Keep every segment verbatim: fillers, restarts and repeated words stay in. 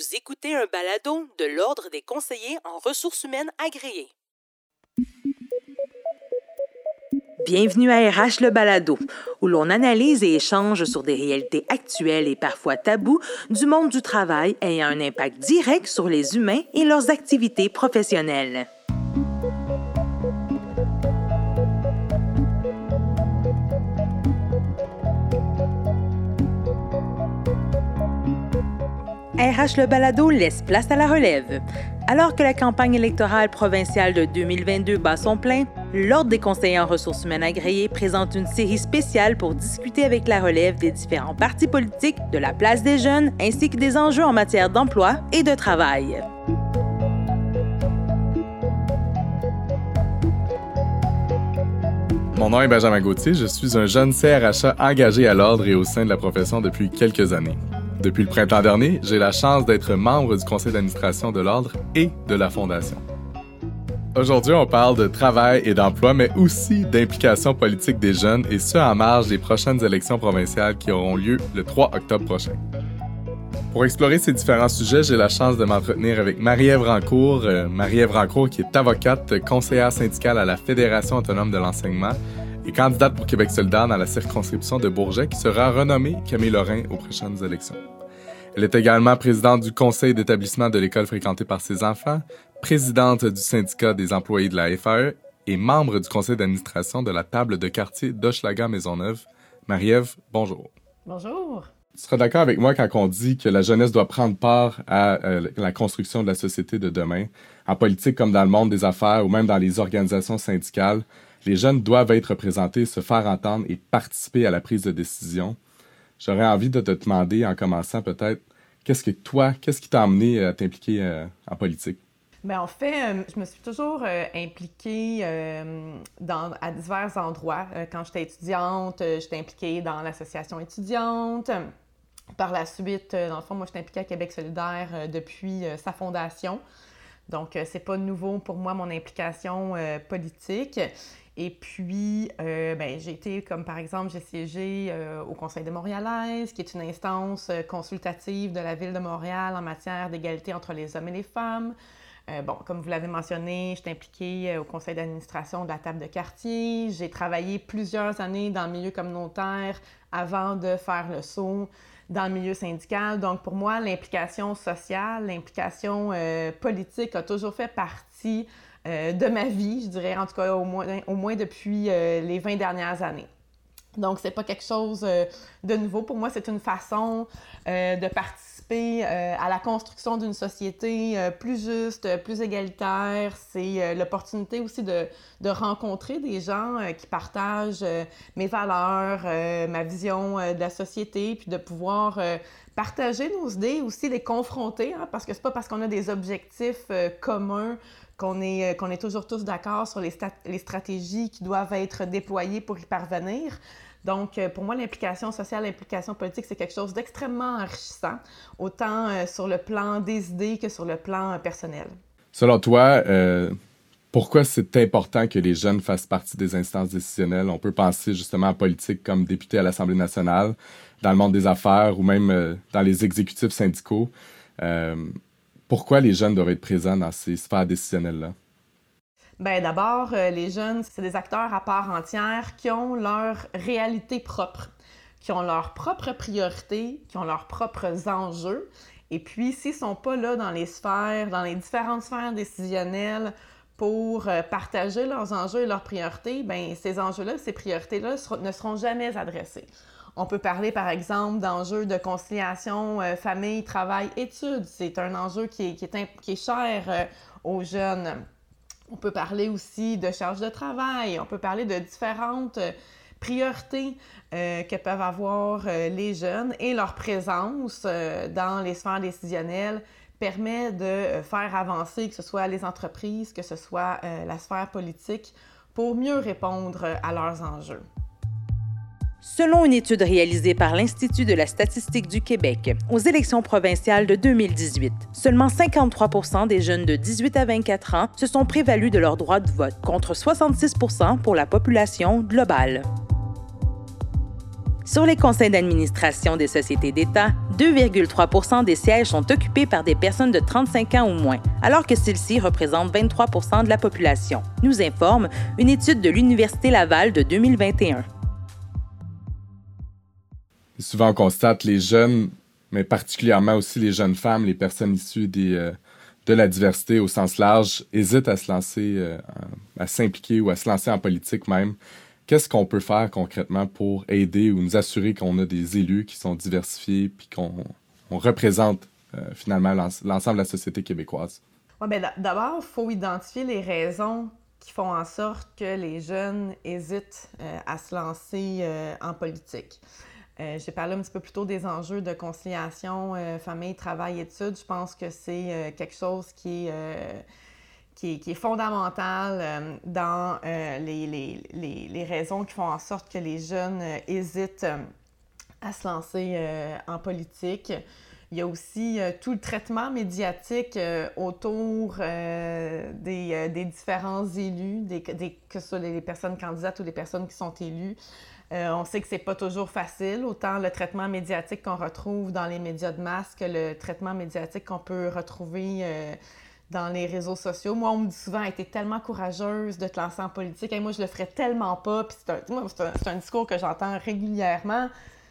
Vous écoutez un balado de l'Ordre des conseillers en ressources humaines agréés. Bienvenue à R H le balado, où l'on analyse et échange sur des réalités actuelles et parfois tabous du monde du travail ayant un impact direct sur les humains et leurs activités professionnelles. R H le balado laisse place à la relève. Alors que la campagne électorale provinciale de deux mille vingt-deux bat son plein, l'Ordre des conseillers en ressources humaines agréés présente une série spéciale pour discuter avec la relève des différents partis politiques, de la place des jeunes, ainsi que des enjeux en matière d'emploi et de travail. Mon nom est Benjamin Gauthier, je suis un jeune C R H A engagé à l'Ordre et au sein de la profession depuis quelques années. Depuis le printemps dernier, j'ai la chance d'être membre du conseil d'administration de l'Ordre et de la Fondation. Aujourd'hui, on parle de travail et d'emploi, mais aussi d'implication politique des jeunes, et ce, en marge des prochaines élections provinciales qui auront lieu le trois octobre prochain. Pour explorer ces différents sujets, j'ai la chance de m'entretenir avec Marie-Ève Rancourt. Euh, Marie-Ève Rancourt, qui est avocate, conseillère syndicale à la Fédération autonome de l'enseignement et candidate pour Québec solidaire dans la circonscription de Bourget, qui sera renommée Camille Lorrain aux prochaines élections. Elle est également présidente du conseil d'établissement de l'école fréquentée par ses enfants, présidente du syndicat des employés de la F A E et membre du conseil d'administration de la table de quartier d'Hochelaga-Maisonneuve. Marie-Ève, bonjour. Bonjour. Tu seras d'accord avec moi quand on dit que la jeunesse doit prendre part à euh, la construction de la société de demain. En politique comme dans le monde des affaires ou même dans les organisations syndicales, les jeunes doivent être représentés, se faire entendre et participer à la prise de décision. J'aurais envie de te demander, en commençant peut-être, qu'est-ce que toi, qu'est-ce qui t'a amené à t'impliquer euh, en politique? Bien, en fait, euh, je me suis toujours euh, impliquée euh, dans, à divers endroits. Euh, quand j'étais étudiante, euh, j'étais impliquée dans l'association étudiante. Par la suite, euh, dans le fond, moi, j'étais impliquée à Québec solidaire euh, depuis euh, sa fondation. Donc, euh, c'est pas nouveau pour moi, mon implication euh, politique. Et puis, euh, ben, j'ai été, comme par exemple, j'ai siégé euh, au Conseil de Montréalaise, qui est une instance euh, consultative de la Ville de Montréal en matière d'égalité entre les hommes et les femmes. Euh, bon, comme vous l'avez mentionné, j'étais impliquée euh, au Conseil d'administration de la table de quartier. J'ai travaillé plusieurs années dans le milieu communautaire avant de faire le saut dans le milieu syndical. Donc, pour moi, l'implication sociale, l'implication euh, politique a toujours fait partie Euh, de ma vie, je dirais, en tout cas au moins, au moins depuis euh, les vingt dernières années. Donc, c'est pas quelque chose euh, de nouveau. Pour moi, c'est une façon euh, de participer euh, à la construction d'une société euh, plus juste, plus égalitaire. C'est euh, l'opportunité aussi de, de rencontrer des gens euh, qui partagent euh, mes valeurs, euh, ma vision euh, de la société, puis de pouvoir euh, partager nos idées, aussi les confronter, hein, parce que c'est pas parce qu'on a des objectifs euh, communs qu'on est, qu'on est toujours tous d'accord sur les, stat- les stratégies qui doivent être déployées pour y parvenir. Donc, pour moi, l'implication sociale, l'implication politique, c'est quelque chose d'extrêmement enrichissant, autant euh, sur le plan des idées que sur le plan euh, personnel. Selon toi, euh, pourquoi c'est important que les jeunes fassent partie des instances décisionnelles? On peut penser justement en politique comme député à l'Assemblée nationale, dans le monde des affaires ou même euh, dans les exécutifs syndicaux. Euh, Pourquoi les jeunes doivent être présents dans ces sphères décisionnelles-là? Bien, d'abord, euh, les jeunes, c'est des acteurs à part entière qui ont leur réalité propre, qui ont leurs propres priorités, qui ont leurs propres enjeux. Et puis, s'ils ne sont pas là dans les sphères, dans les différentes sphères décisionnelles pour euh, partager leurs enjeux et leurs priorités, bien, ces enjeux-là, ces priorités-là ser- ne seront jamais adressés. On peut parler, par exemple, d'enjeux de conciliation euh, famille, travail, études. C'est un enjeu qui est, qui est, imp- qui est cher euh, aux jeunes. On peut parler aussi de charge de travail. On peut parler de différentes euh, priorités euh, que peuvent avoir euh, les jeunes, et leur présence euh, dans les sphères décisionnelles permet de euh, faire avancer, que ce soit les entreprises, que ce soit euh, la sphère politique, pour mieux répondre à leurs enjeux. Selon une étude réalisée par l'Institut de la statistique du Québec, aux élections provinciales de deux mille dix-huit, seulement cinquante-trois pour cent des jeunes de dix-huit à vingt-quatre ans se sont prévalus de leur droit de vote, contre soixante-six pour cent pour la population globale. Sur les conseils d'administration des sociétés d'État, deux virgule trois pour cent des sièges sont occupés par des personnes de trente-cinq ans ou moins, alors que celles-ci représentent vingt-trois pour cent de la population, nous informe une étude de l'Université Laval de deux mille vingt et un. Souvent, on constate les jeunes, mais particulièrement aussi les jeunes femmes, les personnes issues des, euh, de la diversité au sens large, hésitent à se lancer, euh, à s'impliquer ou à se lancer en politique même. Qu'est-ce qu'on peut faire concrètement pour aider ou nous assurer qu'on a des élus qui sont diversifiés puis qu'on on représente euh, finalement l'ensemble de la société québécoise? Ouais, ben, d'abord, il faut identifier les raisons qui font en sorte que les jeunes hésitent euh, à se lancer euh, en politique. Euh, j'ai parlé un petit peu plus tôt des enjeux de conciliation euh, famille, travail, études. Je pense que c'est euh, quelque chose qui est... Euh, Qui est, qui est fondamental euh, dans euh, les, les, les, les raisons qui font en sorte que les jeunes euh, hésitent euh, à se lancer euh, en politique. Il y a aussi euh, tout le traitement médiatique euh, autour euh, des, euh, des différents élus, des, des, que ce soit les personnes candidates ou les personnes qui sont élues. Euh, on sait que c'est pas toujours facile, autant le traitement médiatique qu'on retrouve dans les médias de masse que le traitement médiatique qu'on peut retrouver euh, dans les réseaux sociaux. Moi, on me dit souvent, hey, t'es tellement courageuse de te lancer en politique. Hey, moi, je le ferais tellement pas. Puis c'est un, moi, c'est un, c'est un discours que j'entends régulièrement.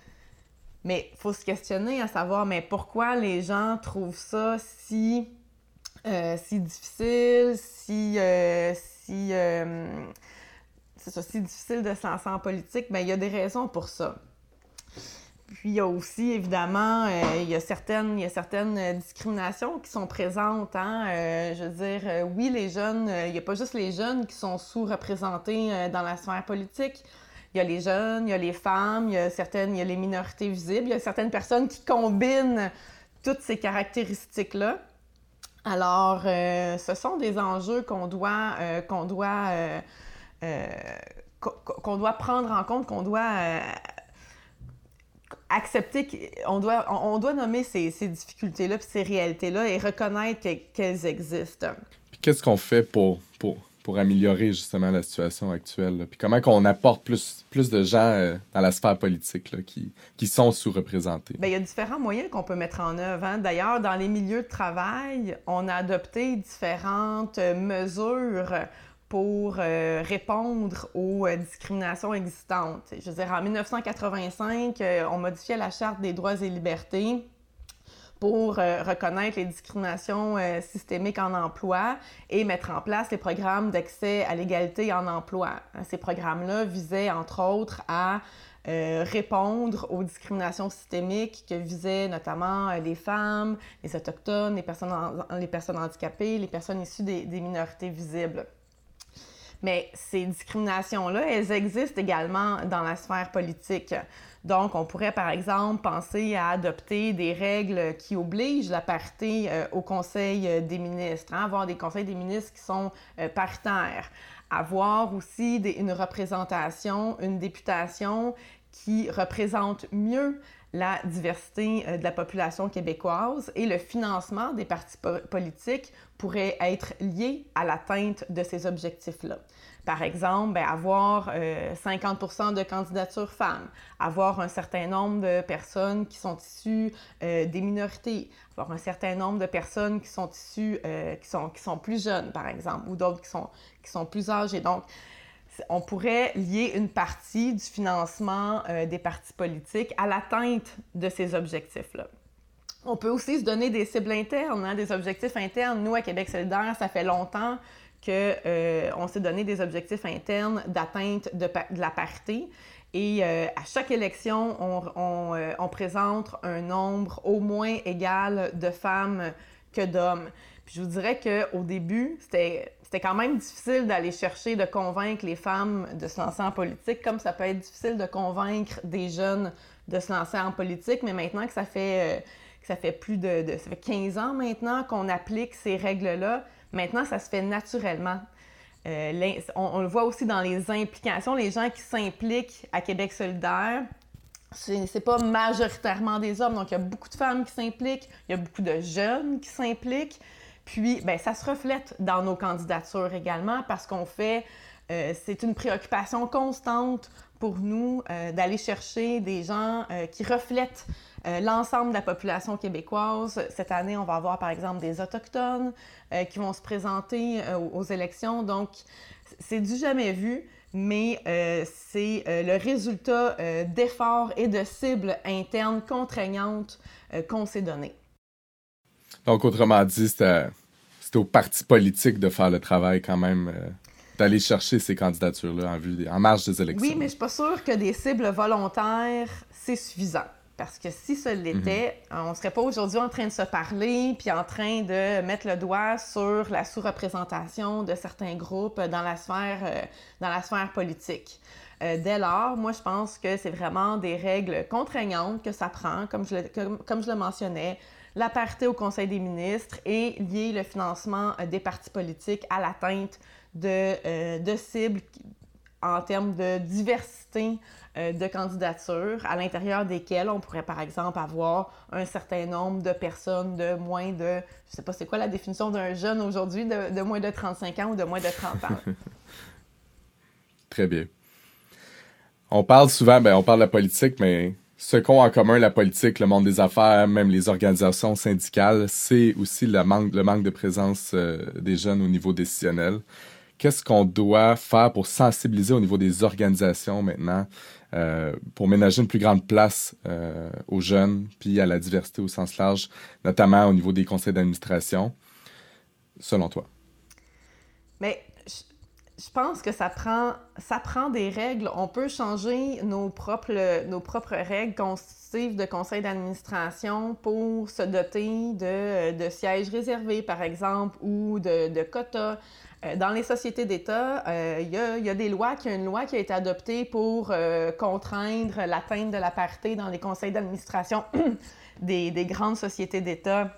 Mais il faut se questionner à savoir, mais pourquoi les gens trouvent ça si, euh, si difficile, si, euh, si, euh, c'est ça, si difficile de se lancer en politique? Bien, il y a des raisons pour ça. Puis il y a aussi, évidemment, euh, il y a certaines, il y a certaines discriminations qui sont présentes. Hein? Euh, je veux dire, euh, oui, les jeunes, euh, il n'y a pas juste les jeunes qui sont sous-représentés euh, dans la sphère politique. Il y a les jeunes, il y a les femmes, il y a certaines, il y a les minorités visibles, il y a certaines personnes qui combinent toutes ces caractéristiques-là. Alors, euh, ce sont des enjeux qu'on doit, euh, qu'on doit, euh, euh, qu'on doit prendre en compte, qu'on doit... Euh, accepter qu'on doit, on doit nommer ces, ces difficultés-là puis ces réalités-là et reconnaître que, qu'elles existent. Puis qu'est-ce qu'on fait pour, pour, pour améliorer justement la situation actuelle? Là? Puis comment qu'on apporte plus, plus de gens euh, dans la sphère politique là, qui, qui sont sous-représentés? Bien, il y a différents moyens qu'on peut mettre en œuvre. Hein? D'ailleurs, dans les milieux de travail, on a adopté différentes mesures pour euh, répondre aux euh, discriminations existantes. Je veux dire, en dix-neuf cent quatre-vingt-cinq, euh, on modifiait la Charte des droits et libertés pour euh, reconnaître les discriminations euh, systémiques en emploi et mettre en place les programmes d'accès à l'égalité en emploi. Ces programmes-là visaient, entre autres, à euh, répondre aux discriminations systémiques que visaient notamment euh, les femmes, les autochtones, les personnes, en, les personnes handicapées, les personnes issues des, des minorités visibles. Mais ces discriminations-là, elles existent également dans la sphère politique. Donc, on pourrait, par exemple, penser à adopter des règles qui obligent la parité euh, au Conseil des ministres, hein, avoir des conseils des ministres qui sont euh, paritaires, avoir aussi des, une représentation, une députation qui représente mieux la diversité euh, de la population québécoise et le financement des partis po- politiques pourrait être lié à l'atteinte de ces objectifs-là. Par exemple, bien, avoir euh, cinquante pour cent de candidatures femmes, avoir un certain nombre de personnes qui sont issues euh, des minorités, avoir un certain nombre de personnes qui sont issues, euh, qui sont, qui sont plus jeunes, par exemple, ou d'autres qui sont, qui sont plus âgées. Donc, on pourrait lier une partie du financement euh, des partis politiques à l'atteinte de ces objectifs-là. On peut aussi se donner des cibles internes, hein, des objectifs internes. Nous, à Québec solidaire, ça fait longtemps qu'on euh, s'est donné des objectifs internes d'atteinte de, de la parité. Et euh, à chaque élection, on, on, euh, on présente un nombre au moins égal de femmes que d'hommes. Puis je vous dirais qu'au début, c'était... C'était quand même difficile d'aller chercher, de convaincre les femmes de se lancer en politique, comme ça peut être difficile de convaincre des jeunes de se lancer en politique, mais maintenant que ça fait, euh, que ça fait plus de, de... ça fait quinze ans maintenant qu'on applique ces règles-là, maintenant ça se fait naturellement. Euh, on, on le voit aussi dans les implications, les gens qui s'impliquent à Québec solidaire, c'est, c'est pas majoritairement des hommes, donc il y a beaucoup de femmes qui s'impliquent, il y a beaucoup de jeunes qui s'impliquent. Puis, bien, ça se reflète dans nos candidatures également parce qu'on fait Euh, c'est une préoccupation constante pour nous euh, d'aller chercher des gens euh, qui reflètent euh, l'ensemble de la population québécoise. Cette année, on va avoir par exemple des Autochtones euh, qui vont se présenter euh, aux élections. Donc, c'est du jamais vu, mais euh, c'est euh, le résultat euh, d'efforts et de cibles internes contraignantes euh, qu'on s'est donné. Donc, autrement dit, c'était, c'était au parti politique de faire le travail quand même, euh, d'aller chercher ces candidatures-là en, vue des, en marge des élections. Oui, mais je suis pas sûre que des cibles volontaires, c'est suffisant. Parce que si ce l'était, mm-hmm. on ne serait pas aujourd'hui en train de se parler puis en train de mettre le doigt sur la sous-représentation de certains groupes dans la sphère, euh, dans la sphère politique. Euh, dès lors, moi, je pense que c'est vraiment des règles contraignantes que ça prend, comme je le, comme, comme je le mentionnais, la parité au Conseil des ministres et lier le financement euh, des partis politiques à l'atteinte de, euh, de cibles en termes de diversité euh, de candidatures, à l'intérieur desquelles on pourrait, par exemple, avoir un certain nombre de personnes de moins de... Je sais pas, c'est quoi la définition d'un jeune aujourd'hui, de, de moins de trente-cinq ans ou de moins de trente ans? Très bien. On parle souvent, ben on parle de la politique, mais ce qu'ont en commun la politique, le monde des affaires, même les organisations syndicales, c'est aussi le manque, le manque de présence euh, des jeunes au niveau décisionnel. Qu'est-ce qu'on doit faire pour sensibiliser au niveau des organisations maintenant, euh, pour ménager une plus grande place euh, aux jeunes, puis à la diversité au sens large, notamment au niveau des conseils d'administration, selon toi? Mais je pense que ça prend, ça prend des règles. On peut changer nos propres, nos propres règles constitutives de conseil d'administration pour se doter de, de sièges réservés, par exemple, ou de, de quotas. Dans les sociétés d'État, euh, il y a, il y a des lois, il y a une loi qui a été adoptée pour euh, contraindre l'atteinte de la parité dans les conseils d'administration des, des grandes sociétés d'État.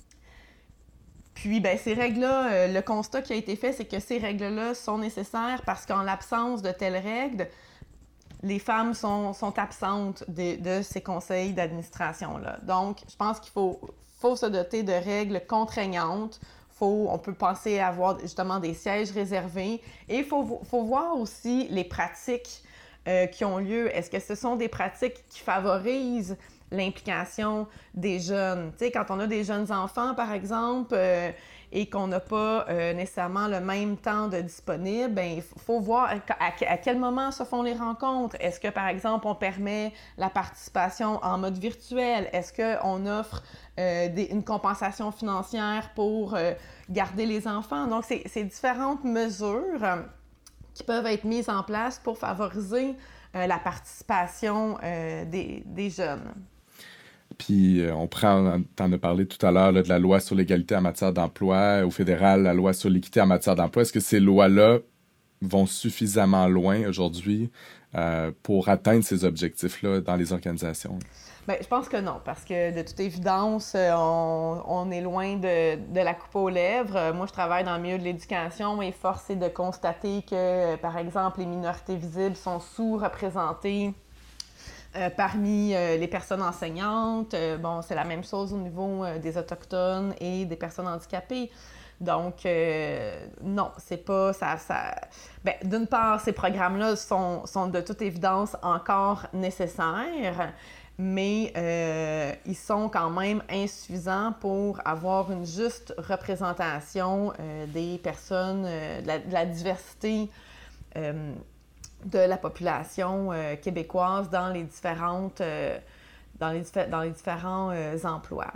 Puis, ben, ces règles-là, euh, le constat qui a été fait, c'est que ces règles-là sont nécessaires parce qu'en l'absence de telles règles, les femmes sont, sont absentes de, de ces conseils d'administration-là. Donc, je pense qu'il faut, faut se doter de règles contraignantes. Faut, on peut penser à avoir justement des sièges réservés. Et il faut, faut voir aussi les pratiques euh, qui ont lieu. Est-ce que ce sont des pratiques qui favorisent l'implication des jeunes? Tu sais, quand on a des jeunes enfants, par exemple, euh, et qu'on n'a pas euh, nécessairement le même temps de disponible, bien, il faut voir à, à quel moment se font les rencontres. Est-ce que, par exemple, on permet la participation en mode virtuel? Est-ce qu'on offre euh, des, une compensation financière pour euh, garder les enfants? Donc, c'est, c'est différentes mesures euh, qui peuvent être mises en place pour favoriser euh, la participation euh, des, des jeunes. Puis euh, on prend, t'en as parlé tout à l'heure là, de la loi sur l'égalité en matière d'emploi, au fédéral, la loi sur l'équité en matière d'emploi. Est-ce que ces lois-là vont suffisamment loin aujourd'hui euh, pour atteindre ces objectifs-là dans les organisations? Bien, je pense que non, parce que de toute évidence, on, on est loin de, de la coupe aux lèvres. Moi, je travaille dans le milieu de l'éducation et force est de constater que, par exemple, les minorités visibles sont sous-représentées Euh, parmi euh, les personnes enseignantes. Euh, bon, c'est la même chose au niveau euh, des Autochtones et des personnes handicapées. Donc, euh, non, c'est pas... ça, ça... Bien, d'une part, ces programmes-là sont, sont de toute évidence encore nécessaires, mais euh, ils sont quand même insuffisants pour avoir une juste représentation euh, des personnes, euh, de, la, de la diversité euh, de la population euh, québécoise dans les différentes euh, dans les, dans les différents euh, emplois.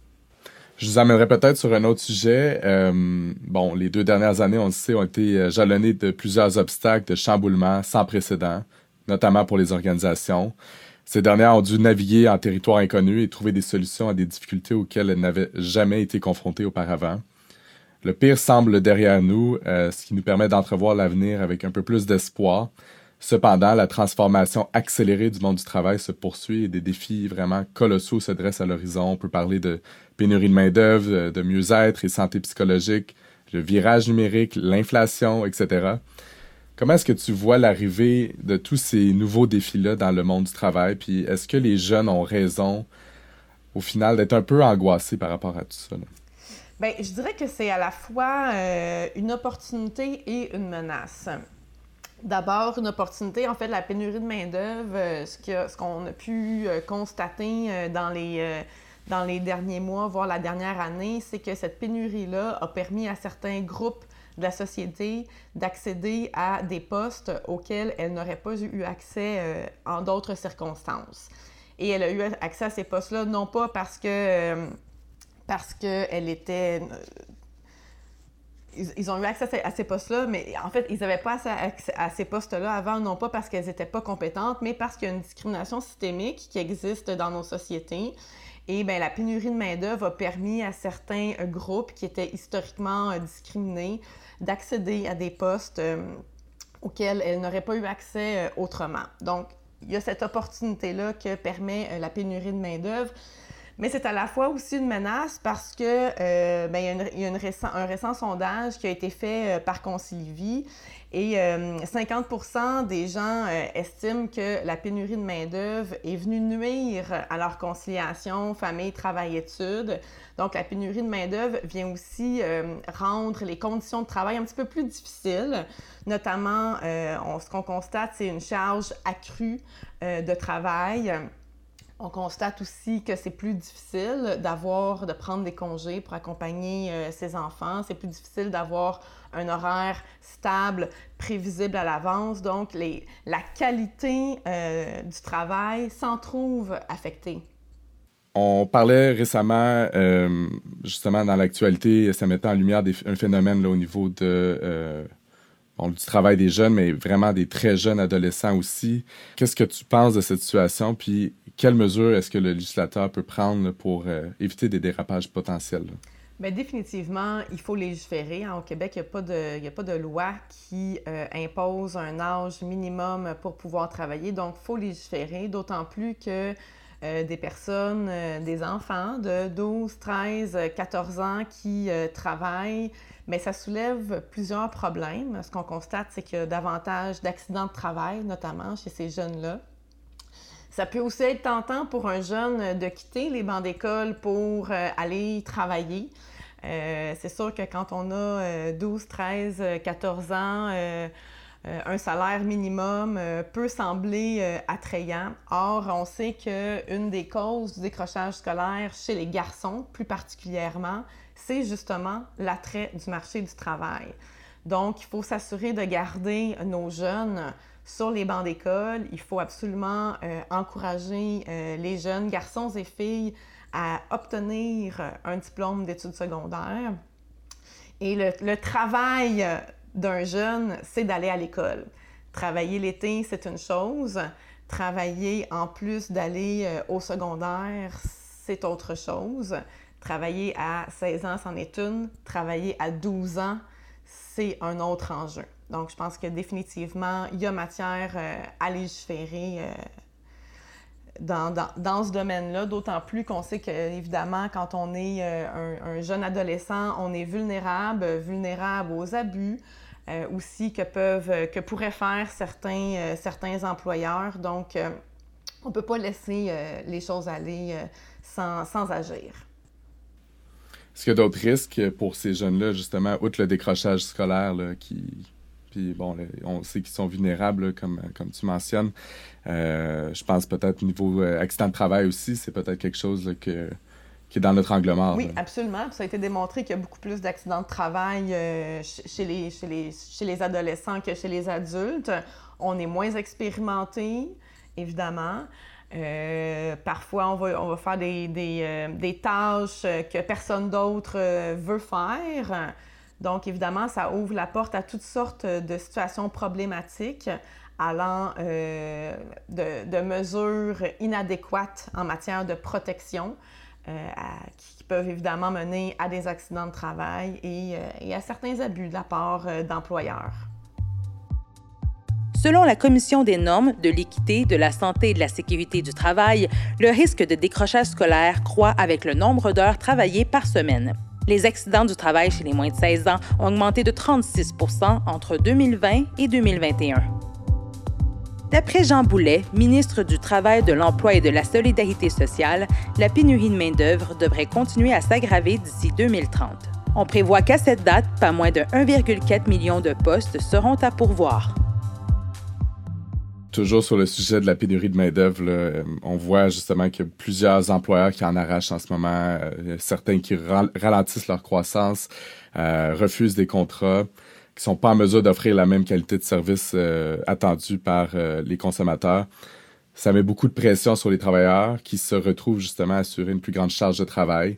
Je vous amènerai peut-être sur un autre sujet. Euh, bon, les deux dernières années, on le sait, ont été jalonnées de plusieurs obstacles, de chamboulements sans précédent, notamment pour les organisations. Ces dernières ont dû naviguer en territoire inconnu et trouver des solutions à des difficultés auxquelles elles n'avaient jamais été confrontées auparavant. Le pire semble derrière nous, euh, ce qui nous permet d'entrevoir l'avenir avec un peu plus d'espoir. Cependant, la transformation accélérée du monde du travail se poursuit et des défis vraiment colossaux se dressent à l'horizon. On peut parler de pénurie de main-d'œuvre, de mieux-être et santé psychologique, le virage numérique, l'inflation, et cetera. Comment est-ce que tu vois l'arrivée de tous ces nouveaux défis-là dans le monde du travail? Puis est-ce que les jeunes ont raison, au final, d'être un peu angoissés par rapport à tout ça, là? Bien, je dirais que c'est à la fois euh, une opportunité et une menace. D'abord, une opportunité, en fait, la pénurie de main-d'œuvre, euh, ce, que, ce qu'on a pu euh, constater euh, dans les... Euh, dans les derniers mois, voire la dernière année, c'est que cette pénurie-là a permis à certains groupes de la société d'accéder à des postes auxquels elle n'aurait pas eu accès euh, en d'autres circonstances. Et elle a eu accès à ces postes-là, non pas parce que euh, parce qu'elle était... Euh, ils, ils ont eu accès à ces postes-là, mais en fait, ils n'avaient pas accès à ces postes-là avant, non pas parce qu'elles n'étaient pas compétentes, mais parce qu'il y a une discrimination systémique qui existe dans nos sociétés. Et bien, la pénurie de main-d'œuvre a permis à certains groupes qui étaient historiquement euh, discriminés d'accéder à des postes euh, auxquels elles n'auraient pas eu accès euh, autrement. Donc, il y a cette opportunité-là que permet euh, la pénurie de main-d'œuvre. Mais c'est à la fois aussi une menace parce que euh, bien, il y a, une, il y a une récent, un récent sondage qui a été fait euh, par Concilivie et euh, cinquante pour cent des gens euh, estiment que la pénurie de main-d'œuvre est venue nuire à leur conciliation famille, travail, études. Donc, la pénurie de main-d'œuvre vient aussi euh, rendre les conditions de travail un petit peu plus difficiles. Notamment, euh, on, ce qu'on constate, c'est une charge accrue euh, de travail. On constate aussi que c'est plus difficile d'avoir, de prendre des congés pour accompagner euh, ses enfants. C'est plus difficile d'avoir un horaire stable, prévisible à l'avance. Donc, les, la qualité euh, du travail s'en trouve affectée. On parlait récemment, euh, justement, dans l'actualité, ça mettait en lumière des, un phénomène là, au niveau de... Euh, Bon, du travail des jeunes, mais vraiment des très jeunes adolescents aussi. Qu'est-ce que tu penses de cette situation? Puis, quelles mesures est-ce que le législateur peut prendre pour euh, éviter des dérapages potentiels? Bien, définitivement, il faut légiférer. Au Québec, il n'y a pas de, il n'y a pas de loi qui euh, impose un âge minimum pour pouvoir travailler. Donc, il faut légiférer, d'autant plus que euh, des personnes, euh, des enfants de douze, treize, quatorze ans qui euh, travaillent, mais ça soulève plusieurs problèmes. Ce qu'on constate, c'est qu'il y a davantage d'accidents de travail, notamment chez ces jeunes-là. Ça peut aussi être tentant pour un jeune de quitter les bancs d'école pour euh, aller travailler. Euh, c'est sûr que quand on a euh, douze, treize, quatorze ans, euh, euh, un salaire minimum euh, peut sembler euh, attrayant. Or, on sait qu'une des causes du décrochage scolaire chez les garçons, plus particulièrement, c'est justement l'attrait du marché du travail. Donc, il faut s'assurer de garder nos jeunes sur les bancs d'école. Il faut absolument euh, encourager euh, les jeunes garçons et filles à obtenir un diplôme d'études secondaires. Et le, le travail d'un jeune, c'est d'aller à l'école. Travailler l'été, c'est une chose. Travailler en plus d'aller euh, au secondaire, c'est autre chose. Travailler à seize ans, c'en est une. Travailler à douze ans, c'est un autre enjeu. Donc, je pense que définitivement, il y a matière euh, à légiférer euh, dans, dans, dans ce domaine-là, d'autant plus qu'on sait qu'évidemment, quand on est euh, un, un jeune adolescent, on est vulnérable, vulnérable aux abus euh, aussi que peuvent, que pourraient faire certains, euh, certains employeurs. Donc, euh, on ne peut pas laisser euh, les choses aller euh, sans, sans agir. Est-ce qu'il y a d'autres risques pour ces jeunes-là, justement, outre le décrochage scolaire, là, qui... Puis, bon, on sait qu'ils sont vulnérables, là, comme, comme tu mentionnes. Euh, je pense peut-être au niveau euh, accident de travail aussi, c'est peut-être quelque chose là, que, qui est dans notre angle mort. Oui, là. absolument. Ça a été démontré qu'il y a beaucoup plus d'accidents de travail euh, chez, les, chez, les, chez les adolescents que chez les adultes. On est moins expérimenté, évidemment. Euh, parfois, on va, on va faire des, des, euh, des tâches que personne d'autre euh, veut faire. Donc, évidemment, ça ouvre la porte à toutes sortes de situations problématiques allant euh, de, de mesures inadéquates en matière de protection euh, à, qui peuvent évidemment mener à des accidents de travail et, euh, et à certains abus de la part euh, d'employeurs. Selon la Commission des normes, de l'équité, de la santé et de la sécurité du travail, le risque de décrochage scolaire croît avec le nombre d'heures travaillées par semaine. Les accidents du travail chez les moins de seize ans ont augmenté de trente-six pour cent entre deux mille vingt et deux mille vingt et un. D'après Jean Boulet, ministre du Travail, de l'Emploi et de la Solidarité sociale, la pénurie de main-d'œuvre devrait continuer à s'aggraver d'ici deux mille trente. On prévoit qu'à cette date, pas moins de un virgule quatre million de postes seront à pourvoir. toujours sur le sujet de la pénurie de main-d'œuvre, là, on voit justement qu'il y a plusieurs employeurs qui en arrachent en ce moment, euh, certains qui ra- ralentissent leur croissance, euh, refusent des contrats, qui sont pas en mesure d'offrir la même qualité de service euh, attendue par euh, les consommateurs. Ça met beaucoup de pression sur les travailleurs qui se retrouvent justement à assurer une plus grande charge de travail,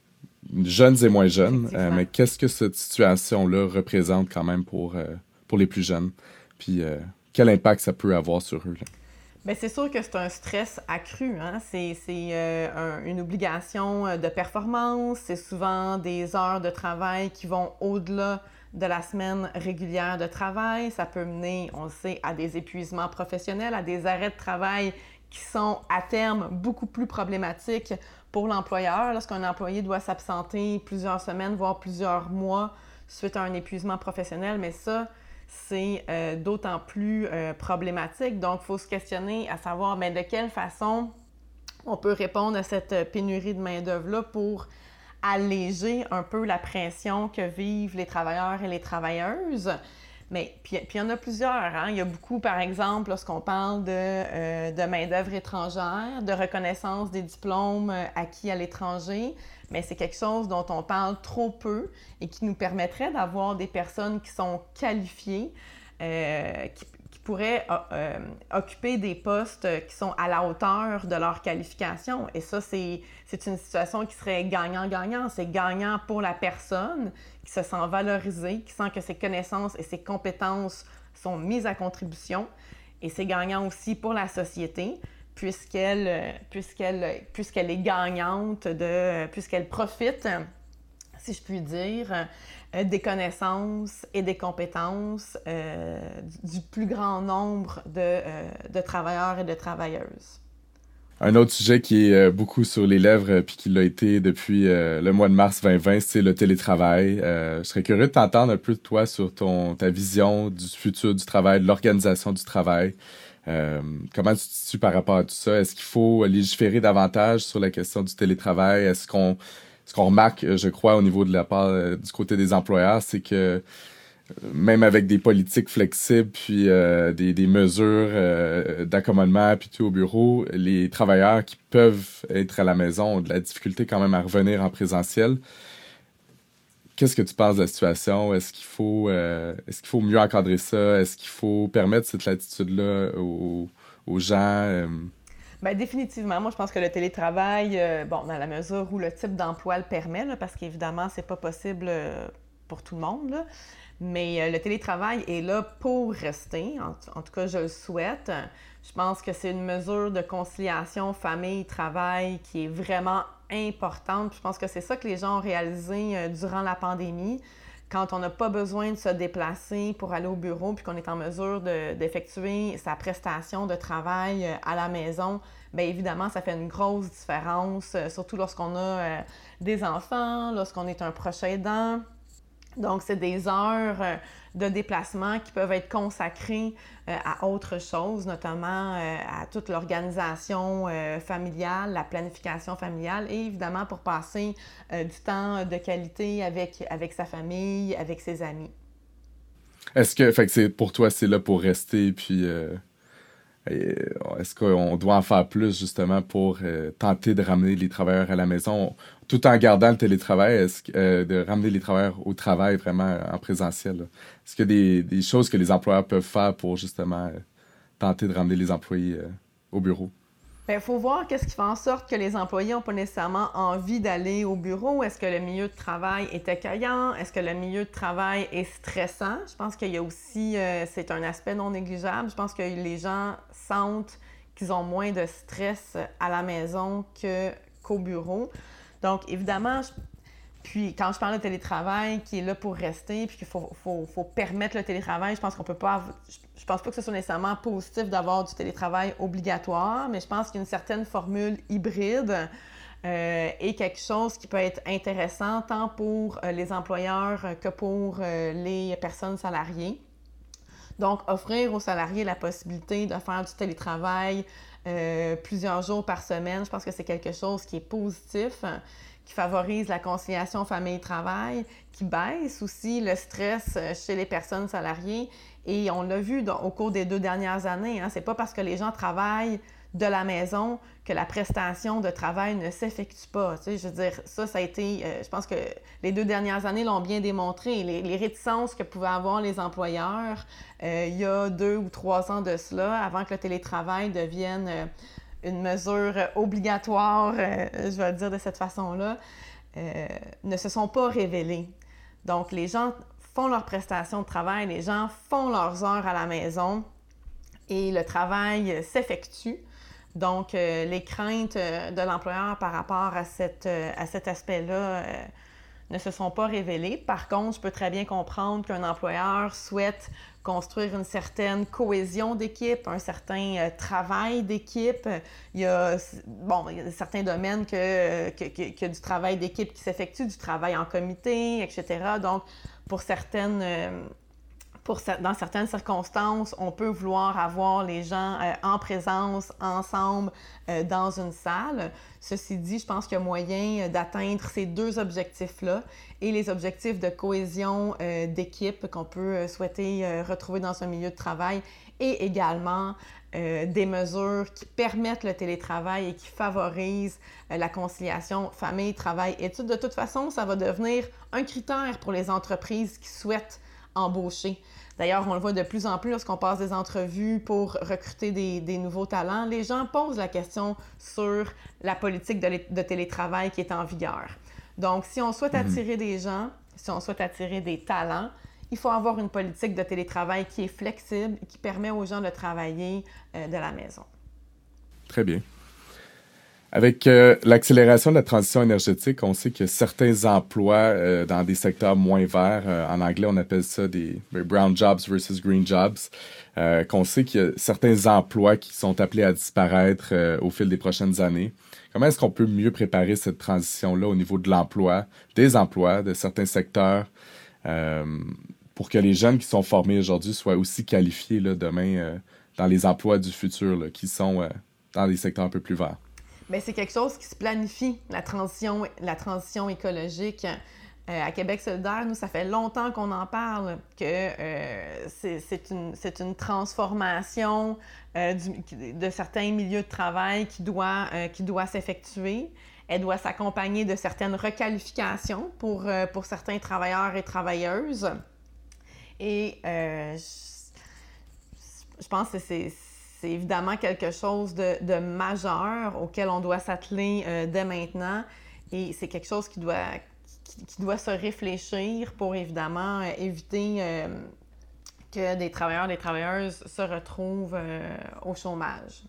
jeunes et moins jeunes. Euh, mais qu'est-ce que cette situation-là représente quand même pour, euh, pour les plus jeunes? Puis euh, quel impact ça peut avoir sur eux? Là? Bien, c'est sûr que c'est un stress accru. Hein? C'est, c'est euh, un, une obligation de performance. C'est souvent des heures de travail qui vont au-delà de la semaine régulière de travail. Ça peut mener, on le sait, à des épuisements professionnels, à des arrêts de travail qui sont à terme beaucoup plus problématiques pour l'employeur. Lorsqu'un employé doit s'absenter plusieurs semaines, voire plusieurs mois suite à un épuisement professionnel, mais ça, c'est euh, d'autant plus euh, problématique. Donc, il faut se questionner à savoir bien, de quelle façon on peut répondre à cette pénurie de main-d'œuvre-là pour alléger un peu la pression que vivent les travailleurs et les travailleuses. Mais puis, puis il y en a plusieurs. Hein? Il y a beaucoup, par exemple, lorsqu'on parle de, euh, de main-d'œuvre étrangère, de reconnaissance des diplômes acquis à l'étranger, mais c'est quelque chose dont on parle trop peu et qui nous permettrait d'avoir des personnes qui sont qualifiées, euh, qui, qui pourraient euh, occuper des postes qui sont à la hauteur de leur qualification. Et ça, c'est, c'est une situation qui serait gagnant-gagnant. C'est gagnant pour la personne qui se sent valorisée, qui sent que ses connaissances et ses compétences sont mises à contribution. Et c'est gagnant aussi pour la société, puisqu'elle, puisqu'elle, puisqu'elle est gagnante, de, puisqu'elle profite, si je puis dire, des connaissances et des compétences euh, du plus grand nombre de, euh, de travailleurs et de travailleuses. Un autre sujet qui est beaucoup sur les lèvres puis qui l'a été depuis euh, le mois de mars vingt vingt, c'est le télétravail. Euh, je serais curieux de t'entendre un peu de toi sur ton, ta vision du futur du travail, de l'organisation du travail. Euh, comment tu te situes par rapport à tout ça? Est-ce qu'il faut légiférer davantage sur la question du télétravail? Est-ce qu'on, ce qu'on remarque, je crois, au niveau de la part euh, du côté des employeurs, c'est que même avec des politiques flexibles puis euh, des, des mesures euh, d'accommodement puis tout au bureau, les travailleurs qui peuvent être à la maison ont de la difficulté quand même à revenir en présentiel. Qu'est-ce que tu penses de la situation? Est-ce qu'il faut, euh, est-ce qu'il faut mieux encadrer ça? Est-ce qu'il faut permettre cette latitude-là aux, aux gens? Euh... Bien, définitivement. Moi, je pense que le télétravail, euh, bon, dans la mesure où le type d'emploi le permet, là, parce qu'évidemment, c'est pas possible euh, pour tout le monde, là. Mais euh, le télétravail est là pour rester. En, en tout cas, je le souhaite. Je pense que c'est une mesure de conciliation famille-travail qui est vraiment importante. Puis je pense que c'est ça que les gens ont réalisé euh, durant la pandémie. Quand on n'a pas besoin de se déplacer pour aller au bureau puis qu'on est en mesure de, d'effectuer sa prestation de travail euh, à la maison, bien évidemment, ça fait une grosse différence, euh, surtout lorsqu'on a euh, des enfants, lorsqu'on est un proche aidant. Donc, c'est des heures euh, de déplacement qui peuvent être consacrées euh, à autre chose, notamment euh, à toute l'organisation euh, familiale, la planification familiale et évidemment pour passer euh, du temps de qualité avec, avec sa famille, avec ses amis. Est-ce que, fait que c'est, pour toi, c'est là pour rester, puis euh, est-ce qu'on doit en faire plus justement pour euh, tenter de ramener les travailleurs à la maison, tout en gardant le télétravail, est-ce que, euh, de ramener les travailleurs au travail vraiment en présentiel? Là? Est-ce qu'il y a des, des choses que les employeurs peuvent faire pour justement euh, tenter de ramener les employés euh, au bureau? Bien, il faut voir qu'est-ce qui fait en sorte que les employés n'ont pas nécessairement envie d'aller au bureau. Est-ce que le milieu de travail est accueillant? Est-ce que le milieu de travail est stressant? Je pense qu'il y a aussi, euh, c'est un aspect non négligeable. Je pense que les gens sentent qu'ils ont moins de stress à la maison que, qu'au bureau. Donc, évidemment, je... puis quand je parle de télétravail qui est là pour rester, puis qu'il faut, faut, faut permettre le télétravail, je pense qu'on peut pas... Avoir... Je pense pas que ce soit nécessairement positif d'avoir du télétravail obligatoire, mais je pense qu'une certaine formule hybride euh, est quelque chose qui peut être intéressant tant pour euh, les employeurs que pour euh, les personnes salariées. Donc, offrir aux salariés la possibilité de faire du télétravail euh, plusieurs jours par semaine, je pense que c'est quelque chose qui est positif, qui favorise la conciliation famille-travail, qui baisse aussi le stress chez les personnes salariées. Et on l'a vu dans, au cours des deux dernières années, hein, c'est pas parce que les gens travaillent de la maison que la prestation de travail ne s'effectue pas. Tu sais, je veux dire, ça, ça a été... Euh, je pense que les deux dernières années l'ont bien démontré. Les, les réticences que pouvaient avoir les employeurs euh, il y a deux ou trois ans de cela, avant que le télétravail devienne euh, une mesure obligatoire, euh, je vais le dire de cette façon-là, euh, ne se sont pas révélées. Donc, les gens font leurs prestations de travail, les gens font leurs heures à la maison et le travail s'effectue. Donc, euh, les craintes euh, de l'employeur par rapport à, cette, euh, à cet aspect-là euh, ne se sont pas révélées. Par contre, je peux très bien comprendre qu'un employeur souhaite construire une certaine cohésion d'équipe, un certain euh, travail d'équipe. Il y a, bon, il y a certains domaines que, que, que, que du travail d'équipe qui s'effectue, du travail en comité, et cetera. Donc, pour certaines... Euh, Pour, dans certaines circonstances, on peut vouloir avoir les gens euh, en présence, ensemble, euh, dans une salle. Ceci dit, je pense qu'il y a moyen d'atteindre ces deux objectifs-là et les objectifs de cohésion euh, d'équipe qu'on peut euh, souhaiter euh, retrouver dans un milieu de travail et également euh, des mesures qui permettent le télétravail et qui favorisent euh, la conciliation famille, travail, études. De toute façon, ça va devenir un critère pour les entreprises qui souhaitent embaucher. D'ailleurs, on le voit de plus en plus lorsqu'on passe des entrevues pour recruter des, des nouveaux talents. Les gens posent la question sur la politique de, de télétravail qui est en vigueur. Donc, si on souhaite attirer des gens, si on souhaite attirer des talents, il faut avoir une politique de télétravail qui est flexible et qui permet aux gens de travailler euh, de la maison. Très bien. Avec euh, l'accélération de la transition énergétique, on sait que certains emplois euh, dans des secteurs moins verts, euh, en anglais on appelle ça des brown jobs versus green jobs, euh, qu'on sait qu'il y a certains emplois qui sont appelés à disparaître euh, au fil des prochaines années. Comment est-ce qu'on peut mieux préparer cette transition-là au niveau de l'emploi, des emplois, de certains secteurs, euh, pour que les jeunes qui sont formés aujourd'hui soient aussi qualifiés là, demain euh, dans les emplois du futur, là, qui sont euh, dans des secteurs un peu plus verts? Bien, c'est quelque chose qui se planifie, la transition, la transition écologique. Euh, à Québec solidaire, nous, ça fait longtemps qu'on en parle, que euh, c'est, c'est, une, c'est une transformation euh, du, de certains milieux de travail qui doit, euh, qui doit s'effectuer. Elle doit s'accompagner de certaines requalifications pour, euh, pour certains travailleurs et travailleuses. Et euh, je, je pense que c'est... C'est évidemment quelque chose de, de majeur auquel on doit s'atteler euh, dès maintenant et c'est quelque chose qui doit, qui, qui doit se réfléchir pour évidemment euh, éviter euh, que des travailleurs et des travailleuses se retrouvent euh, au chômage.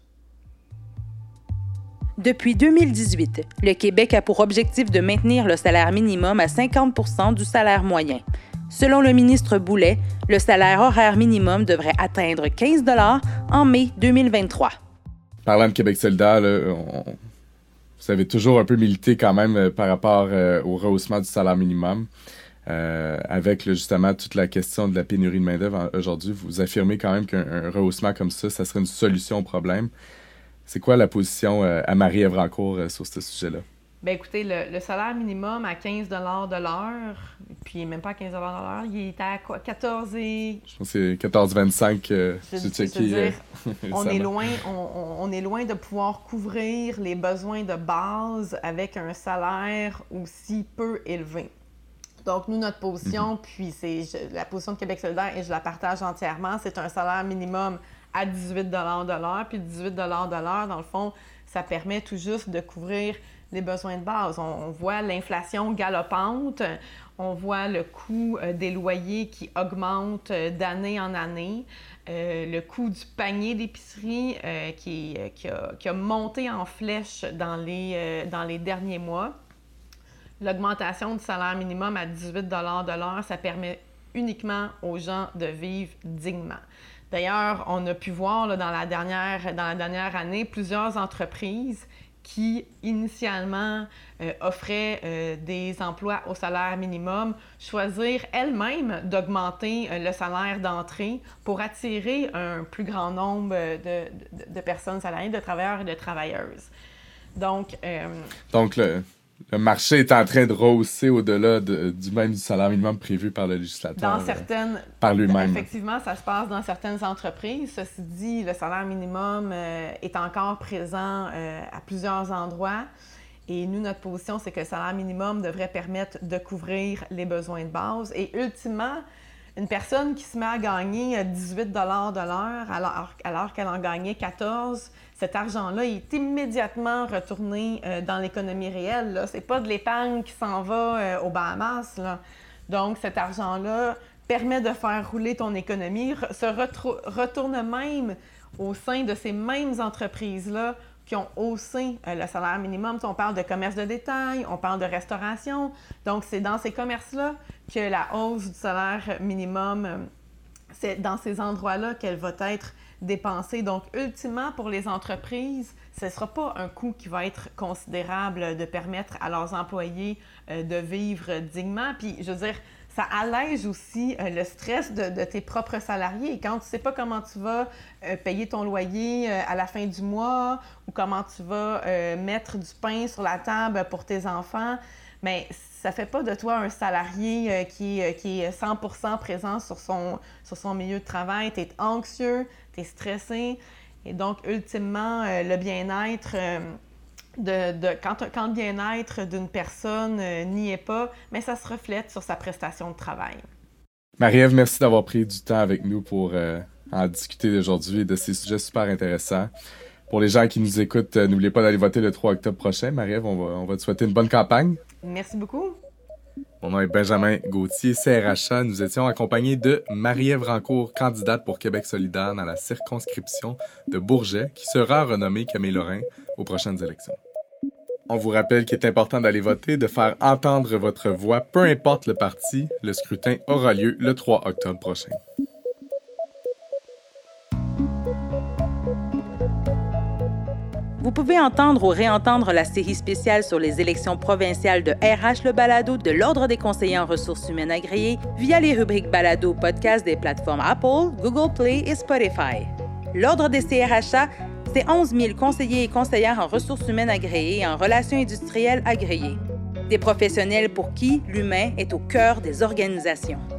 Depuis deux mille dix-huit, le Québec a pour objectif de maintenir le salaire minimum à cinquante pour cent du salaire moyen. Selon le ministre Boulet, le salaire horaire minimum devrait atteindre quinze dollars en mai deux mille vingt-trois. Parlant de Québec solidaire, là, on, vous avez toujours un peu milité quand même euh, par rapport euh, au rehaussement du salaire minimum. Euh, avec là, justement toute la question de la pénurie de main-d'œuvre aujourd'hui, vous affirmez quand même qu'un rehaussement comme ça, ça serait une solution au problème. C'est quoi la position euh, à Marie-Ève Rancourt euh, sur ce sujet-là? Bien, écoutez, le, le salaire minimum à quinze dollars de l'heure, puis même pas à quinze dollars de l'heure, il est à quoi? quatorze et... Je pense que c'est quatorze vingt-cinq. Euh, je, je, je veux dire, euh, on, est loin, on, on est loin de pouvoir couvrir les besoins de base avec un salaire aussi peu élevé. Donc, nous, notre position, mm-hmm. puis c'est je, la position de Québec solidaire, et je la partage entièrement, c'est un salaire minimum à dix-huit dollars de l'heure, puis dix-huit dollars de l'heure, dans le fond, ça permet tout juste de couvrir les besoins de base. On, on voit l'inflation galopante, on voit le coût euh, des loyers qui augmente euh, d'année en année, euh, le coût du panier d'épicerie euh, qui, euh, qui, a, qui a monté en flèche dans les, euh, dans les derniers mois. L'augmentation du salaire minimum à dix-huit dollars de l'heure, ça permet uniquement aux gens de vivre dignement. D'ailleurs, on a pu voir là, dans, la dernière, dans la dernière année plusieurs entreprises qui, initialement, euh, offraient euh, des emplois au salaire minimum, choisir elles-mêmes d'augmenter euh, le salaire d'entrée pour attirer un plus grand nombre de, de, de personnes salariées, de travailleurs et de travailleuses. Donc, euh... Donc le, le marché est en train de rehausser au-delà de, du même du salaire minimum prévu par le législateur. Dans certaines... Euh, par lui-même. Effectivement, ça se passe dans certaines entreprises. Ceci dit, le salaire minimum euh, est encore présent euh, à plusieurs endroits. Et nous, notre position, c'est que le salaire minimum devrait permettre de couvrir les besoins de base. Et ultimement, une personne qui se met à gagner dix-huit dollars de l'heure alors, alors qu'elle en gagnait quatorze, cet argent-là est immédiatement retourné euh, dans l'économie réelle. Ce n'est pas de l'épargne qui s'en va euh, aux Bahamas, là. Donc, cet argent-là permet de faire rouler ton économie, se retro- retourne même au sein de ces mêmes entreprises-là qui ont haussé euh, le salaire minimum. On parle de commerce de détail, on parle de restauration. Donc, c'est dans ces commerces-là que la hausse du salaire minimum, euh, c'est dans ces endroits-là qu'elle va être dépensée. Donc, ultimement, pour les entreprises, ce ne sera pas un coût qui va être considérable de permettre à leurs employés euh, de vivre dignement. Puis, je veux dire, ça allège aussi euh, le stress de, de tes propres salariés. Quand tu ne sais pas comment tu vas euh, payer ton loyer euh, à la fin du mois ou comment tu vas euh, mettre du pain sur la table pour tes enfants, bien, ça ne fait pas de toi un salarié euh, qui, euh, qui est cent pour cent présent sur son, sur son milieu de travail. Tu es anxieux, tu es stressé. Et donc, ultimement, euh, le bien-être... Euh, De, de, quand, quand le bien-être d'une personne euh, n'y est pas, mais ça se reflète sur sa prestation de travail. Marie-Ève, merci d'avoir pris du temps avec nous pour euh, en discuter aujourd'hui de ces sujets super intéressants. Pour les gens qui nous écoutent, euh, n'oubliez pas d'aller voter le trois octobre prochain. Marie-Ève, on va, on va te souhaiter une bonne campagne. Merci beaucoup. Mon nom est Benjamin Gauthier, C R H A. Nous étions accompagnés de Marie-Ève Rancourt, candidate pour Québec solidaire dans la circonscription de Bourget, qui sera renommée Camille Lorrain aux prochaines élections. On vous rappelle qu'il est important d'aller voter, de faire entendre votre voix, peu importe le parti. Le scrutin aura lieu le trois octobre prochain. Vous pouvez entendre ou réentendre la série spéciale sur les élections provinciales de R H le balado de l'Ordre des conseillers en ressources humaines agréées via les rubriques balado podcast des plateformes Apple, Google Play et Spotify. L'Ordre des C R H A, c'est onze mille conseillers et conseillères en ressources humaines agréées et en relations industrielles agréées. Des professionnels pour qui l'humain est au cœur des organisations.